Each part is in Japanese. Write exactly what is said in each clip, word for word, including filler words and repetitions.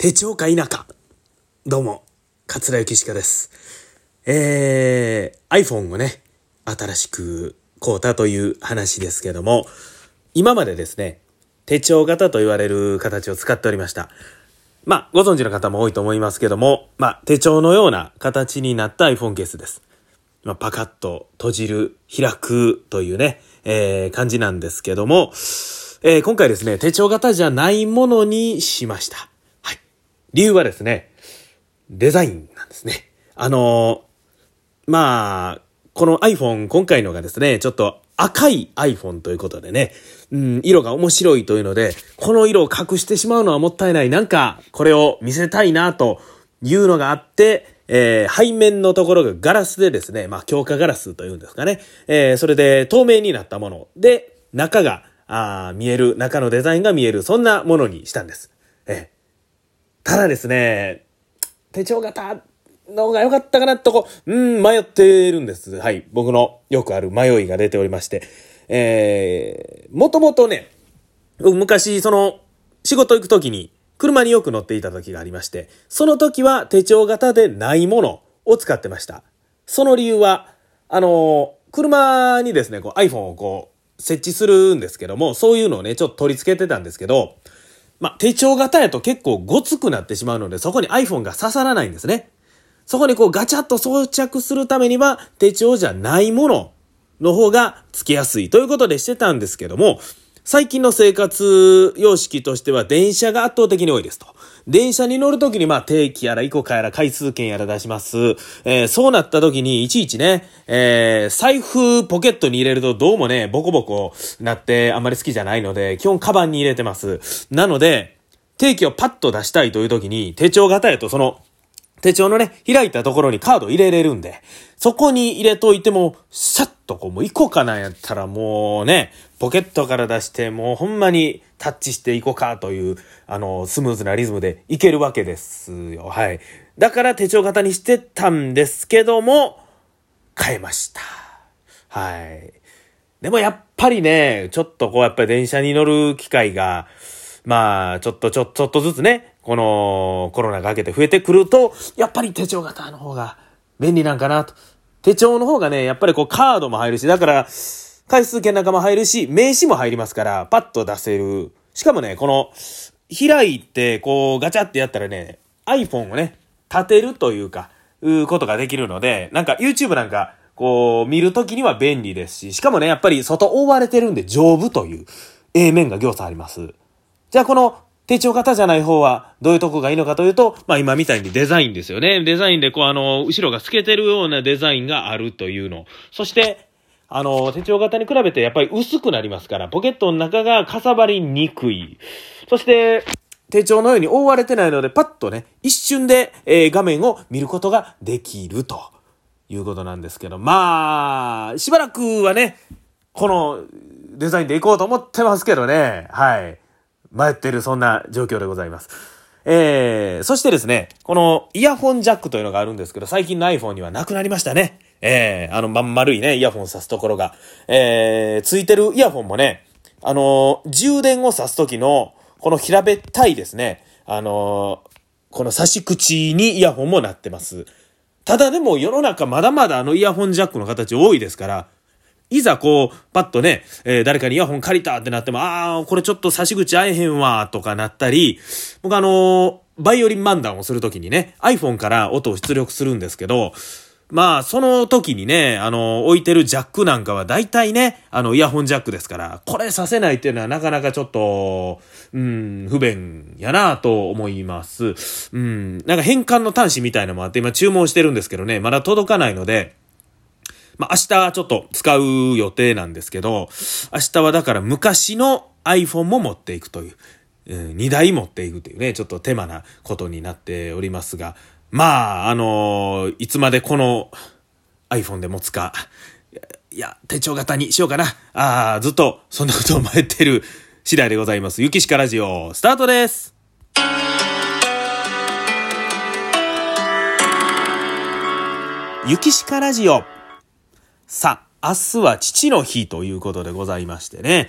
手帳か否か。どうも桂ゆきしかです。えー、iPhone をね新しく買うたという話ですけども、今までですね手帳型と言われる形を使っておりました。まあご存知の方も多いと思いますけども、まあ手帳のような形になった iPhone ケースです。まあ、パカッと閉じる開くというね、えー、感じなんですけども、えー、今回ですね手帳型じゃないものにしました。はい。理由はですねデザインなんですね。あのー、まあこの iPhone 今回のがですねちょっと赤い iPhone ということでね、うん、色が面白いというので、この色を隠してしまうのはもったいない。なんかこれを見せたいなというのがあって、えー、背面のところがガラスでですね、まあ強化ガラスというんですかね、えー、それで透明になったもので中があ見える、中のデザインが見える、そんなものにしたんです。えー、ただですね手帳型の方が良かったかなとこう、うん、迷ってるんです。はい。僕のよくある迷いが出ておりまして。えー、もともとね、僕昔、その、仕事行くときに、車によく乗っていた時がありまして、その時は手帳型でないものを使ってました。その理由は、あの、車にですね、こう iPhone をこう、設置するんですけども、そういうのをね、ちょっと取り付けてたんですけど、まあ、手帳型やと結構ごつくなってしまうので、そこに iPhone が刺さらないんですね。そこにこうガチャッと装着するためには手帳じゃないものの方がつけやすいということでしてたんですけども、最近の生活様式としては電車が圧倒的に多いですと。電車に乗るときにまあ定期やらイコカやら回数券やら出します。えー、そうなったときにいちいちね、えー、財布ポケットに入れるとどうもね、ボコボコなってあんまり好きじゃないので、基本カバンに入れてます。なので、定期をパッと出したいというときに手帳型やとその手帳のね、開いたところにカード入れれるんで、そこに入れといても、さっとこう、もういこかなんやったらもうね、ポケットから出して、もうほんまにタッチしていこかという、あの、スムーズなリズムでいけるわけですよ。はい。だから手帳型にしてたんですけども、変えました。はい。でもやっぱりね、ちょっとこう、やっぱり電車に乗る機会が、まあ、ちょっとちょ、ちょっとずつね、このコロナが明けて増えてくると、やっぱり手帳型の方が便利なんかなと。手帳の方がね、やっぱりこうカードも入るし、だから回数券なんかも入るし、名刺も入りますから、パッと出せる。しかもね、この開いてこうガチャってやったらね、iPhone をね、立てるというか、いうことができるので、なんか YouTube なんかこう見るときには便利ですし、しかもね、やっぱり外覆われてるんで丈夫という、ええ面が行さあります。じゃあこの手帳型じゃない方はどういうとこがいいのかというと、まあ今みたいにデザインですよね。デザインでこうあの、後ろが透けてるようなデザインがあるというの。そして、あの、手帳型に比べてやっぱり薄くなりますから、ポケットの中がかさばりにくい。そして、手帳のように覆われてないので、パッとね、一瞬で、えー、画面を見ることができるということなんですけど、まあ、しばらくはね、このデザインでいこうと思ってますけどね。はい。迷っているそんな状況でございます。えー、そしてですね、このイヤホンジャックというのがあるんですけど、最近の iPhone にはなくなりましたね。えー、あのまん丸いね、イヤホン挿すところが。えー、ついてるイヤホンもね、あのー、充電を挿すときの、この平べったいですね、あのー、この差し口にイヤホンもなってます。ただでも世の中まだまだあのイヤホンジャックの形多いですから、いざこう、パッとね、えー、誰かにイヤホン借りたってなっても、あー、これちょっと差し口合えへんわ、とかなったり、僕あのー、バイオリン漫談をするときにね、iPhone から音を出力するんですけど、まあ、その時にね、あのー、置いてるジャックなんかは大体ね、あの、イヤホンジャックですから、これさせないっていうのはなかなかちょっと、うん、不便やなと思います。うん、なんか変換の端子みたいなのもあって、今注文してるんですけどね、まだ届かないので、まあ、明日ちょっと使う予定なんですけど、明日はだから昔の iPhone も持っていくという、うん、にだい持っていくというね、ちょっと手間なことになっておりますが、まあ、あのー、いつまでこの iPhone で持つか、いや、手帳型にしようかな。ああ、ずっとそんなことを迷っている次第でございます。ゆきしかラジオ、スタートです。ゆきしかラジオ。さあ、明日は父の日ということでございましてね。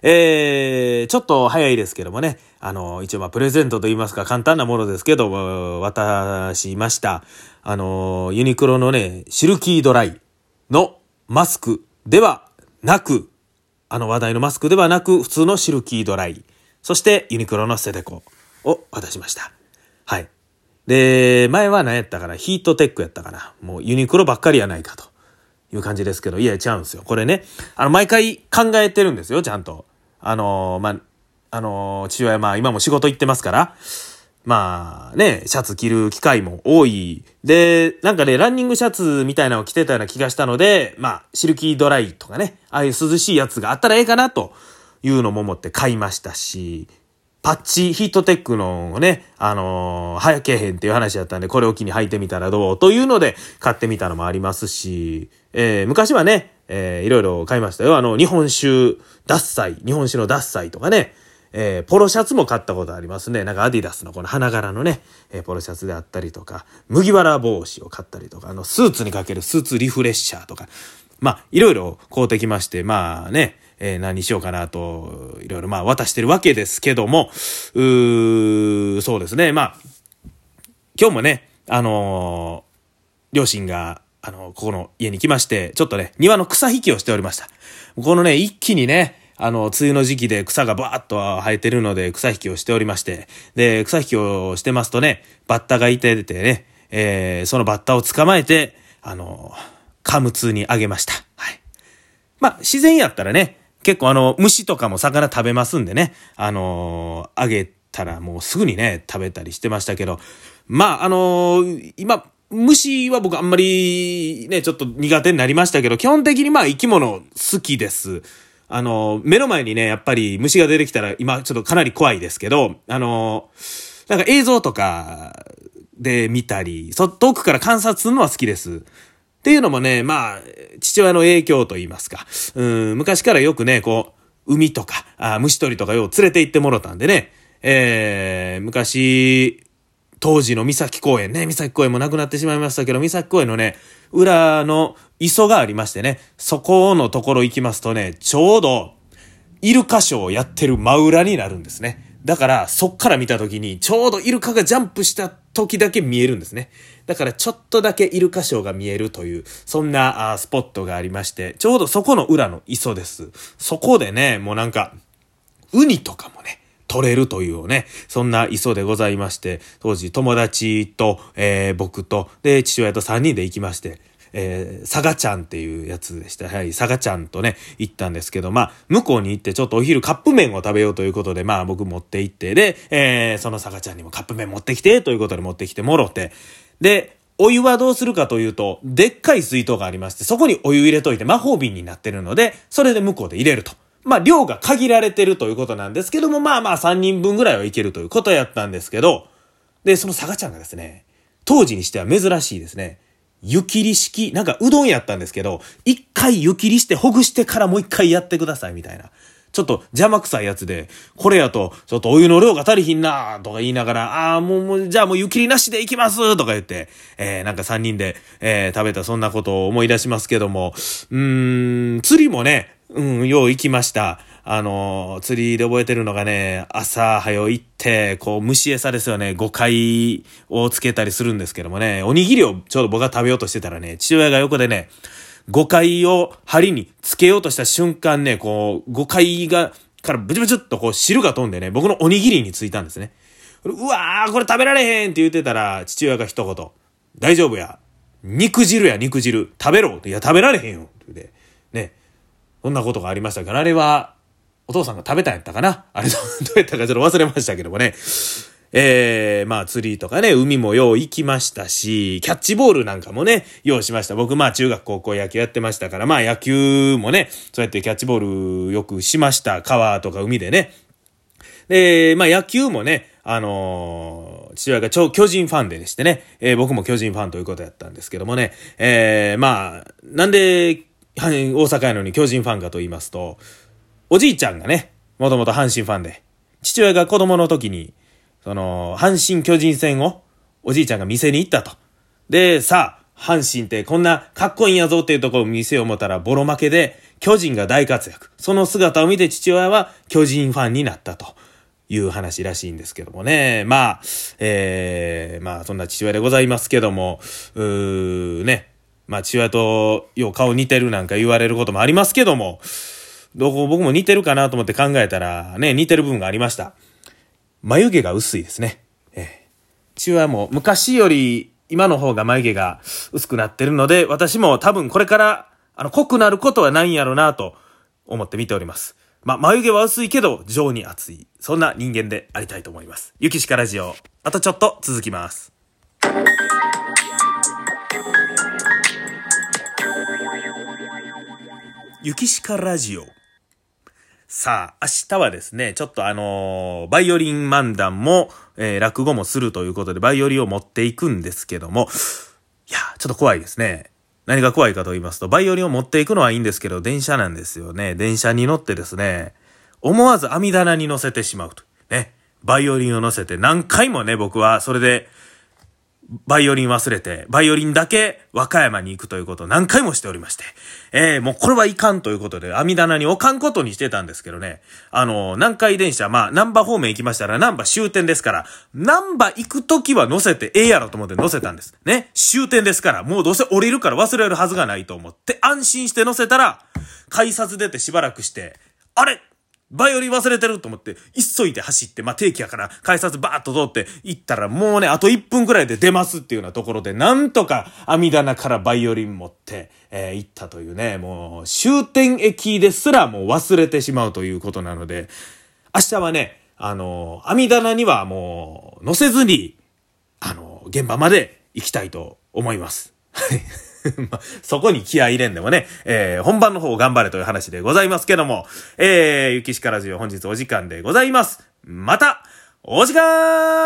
えー、ちょっと早いですけどもね、あの、一応まあプレゼントと言いますか簡単なものですけど、渡しました。あの、ユニクロのね、シルキードライのマスクではなく、あの話題のマスクではなく、普通のシルキードライ、そしてユニクロのセデコを渡しました。はい。で、前は何やったかな、ヒートテックやったかな。もうユニクロばっかりやないかという感じですけど、いや、違うんですよ。これね、あの、毎回考えてるんですよ、ちゃんと。あのー、まあ、あのー、父親、まあ、今も仕事行ってますから、まあね、シャツ着る機会も多い。で、なんかね、ランニングシャツみたいなのを着てたような気がしたので、まあ、シルキードライとかね、ああいう涼しいやつがあったらええかなというのも思って買いましたし、パッチヒートテックのね、あのー、履けへんっていう話だったんで、これを機に履いてみたらどうというので買ってみたのもありますし、えー、昔はね、えー、いろいろ買いましたよ。あの、日本酒獺祭、日本酒の獺祭とかね、えー、ポロシャツも買ったことありますね。なんかアディダスのこの花柄のね、えー、ポロシャツであったりとか、麦わら帽子を買ったりとか、あの、スーツにかけるスーツリフレッシャーとか、まあ、いろいろ買うてきまして、まあね、えー、何しようかなと、いろいろまあ渡してるわけですけども、うー、そうですね、まあ、今日もね、あのー、両親が、あのー、ここの家に来まして、ちょっとね、庭の草引きをしておりました。このね、一気にね、あの、梅雨の時期で草がバーッと生えてるので草引きをしておりまして、で、草引きをしてますとね、バッタがいててね、えー、そのバッタを捕まえて、あの、カムツにあげました。はい。まあ、自然やったらね、結構あの、虫とかも魚食べますんでね、あのー、あげたらもうすぐにね、食べたりしてましたけど、まあ、あのー、今、虫は僕あんまりね、ちょっと苦手になりましたけど、基本的にまあ生き物好きです。あの、目の前にね、やっぱり虫が出てきたら今ちょっとかなり怖いですけど、あの、なんか映像とかで見たり、そ遠くから観察するのは好きです。っていうのもね、まあ、父親の影響と言いますか、うん、昔からよくね、こう、海とか、あ虫取りとかよう連れて行ってもろたんでね、えー、昔、当時の三崎公園ね、三崎公園もなくなってしまいましたけど、三崎公園のね、裏の磯がありましてね、そこのところ行きますとね、ちょうど、イルカショーをやってる真裏になるんですね。だから、そっから見たときに、ちょうどイルカがジャンプした時だけ見えるんですね。だから、ちょっとだけイルカショーが見えるという、そんなあスポットがありまして、ちょうどそこの裏の磯です。そこでね、もうなんか、ウニとかもね、取れるというね、そんな磯でございまして、当時友達と、えー、僕と、で、父親とさんにんで行きまして、えー、サガちゃんっていうやつでした。はい、サガちゃんとね、行ったんですけど、まあ、向こうに行ってちょっとお昼カップ麺を食べようということで、まあ僕持って行って、で、えー、そのサガちゃんにもカップ麺持ってきて、ということで持ってきてもろて、で、お湯はどうするかというと、でっかい水筒がありまして、そこにお湯入れといて魔法瓶になってるので、それで向こうで入れると。まあ量が限られてるということなんですけども、まあまあさんにんぶんぐらいはいけるということやったんですけど、で、そのサガちゃんがですね、当時にしては珍しいですね。湯切り式、なんかうどんやったんですけど、一回湯切りしてほぐしてからもう一回やってくださいみたいな。ちょっと邪魔くさいやつで、これやと、ちょっとお湯の量が足りひんなとか言いながら、ああ、もう、もう、じゃあもう湯切りなしでいきますとか言って、えー、なんかさんにんで、えー、食べたそんなことを思い出しますけども、うーん、釣りもね、うん、よう行きました。あの、釣りで覚えてるのがね、朝早行って、こう、虫餌ですよね、ゴカイをつけたりするんですけどもね、おにぎりをちょうど僕が食べようとしてたらね、父親が横でね、ゴカイを針につけようとした瞬間ね、こう、ゴカイが、からブチブチっとこう汁が飛んでね、僕のおにぎりについたんですね。うわー、これ食べられへんって言ってたら、父親が一言、大丈夫や。肉汁や肉汁。食べろ。いや、食べられへんよ。って言って、ね。そんなことがありましたから、あれは、お父さんが食べたんやったかなあれどうやったかちょっと忘れましたけどもね。えー、まあ釣りとかね、海もよう行きましたし、キャッチボールなんかもね、ようしました。僕まあ中学高校野球やってましたから、まあ野球もね、そうやってキャッチボールよくしました。川とか海でね。で、まあ野球もね、あのー、父親が超巨人ファンでしてね、えー、僕も巨人ファンということやったんですけどもね、えー、まあ、なんで、大阪やのに巨人ファンかと言いますと、おじいちゃんがね、もともと阪神ファンで、父親が子供の時に、その、阪神巨人戦を、おじいちゃんが店に行ったと。で、さあ、 阪神ってこんなかっこいいんやぞっていうところを見せよう思ったらボロ負けで巨人が大活躍。その姿を見て父親は巨人ファンになったという話らしいんですけどもね。まあ、えー、まあそんな父親でございますけども、うーね、まあ父親とよう顔似てるなんか言われることもありますけども、どこ僕も似てるかなと思って考えたらね、似てる部分がありました。眉毛が薄いですね。えー、父親も昔より今の方が眉毛が薄くなってるので、私も多分これからあの濃くなることはないんやろうなと思って見ております。まあ、眉毛は薄いけど情に熱い、そんな人間でありたいと思います。ゆきしかラジオ、あとちょっと続きます。ゆきしかラジオ。さあ、明日はですね、ちょっとあのー、バイオリン漫談も、えー、落語もするということで、バイオリンを持っていくんですけども、いや、ちょっと怖いですね。何が怖いかと言いますと、バイオリンを持っていくのはいいんですけど、電車なんですよね。電車に乗ってですね、思わず網棚に乗せてしまうと。ね。バイオリンを乗せて何回もね、僕はそれで、バイオリン忘れて、バイオリンだけ和歌山に行くということを何回もしておりまして、えー、もうこれはいかんということで、網棚に置かんことにしてたんですけどね、あの、南海電車、まあ、南波方面行きましたら、南波終点ですから、南波行くときは乗せてええやろと思って乗せたんです。ね、終点ですから、もうどうせ降りるから忘れるはずがないと思って、安心して乗せたら、改札出てしばらくして、あれバイオリン忘れてると思って、急いで走って、まあ、定期やから、改札バーッと通って行ったら、もうね、あといっぷんくらいで出ますっていうようなところで、なんとか網棚からバイオリン持って、えー、行ったというね、もう、終点駅ですらもう忘れてしまうということなので、明日はね、あのー、網棚にはもう、乗せずに、あのー、現場まで行きたいと思います。はい。まあ、そこに気合い入れんでもね、えー、本番の方頑張れという話でございますけども、えー、ゆきしかラジオ本日お時間でございます。また、お時間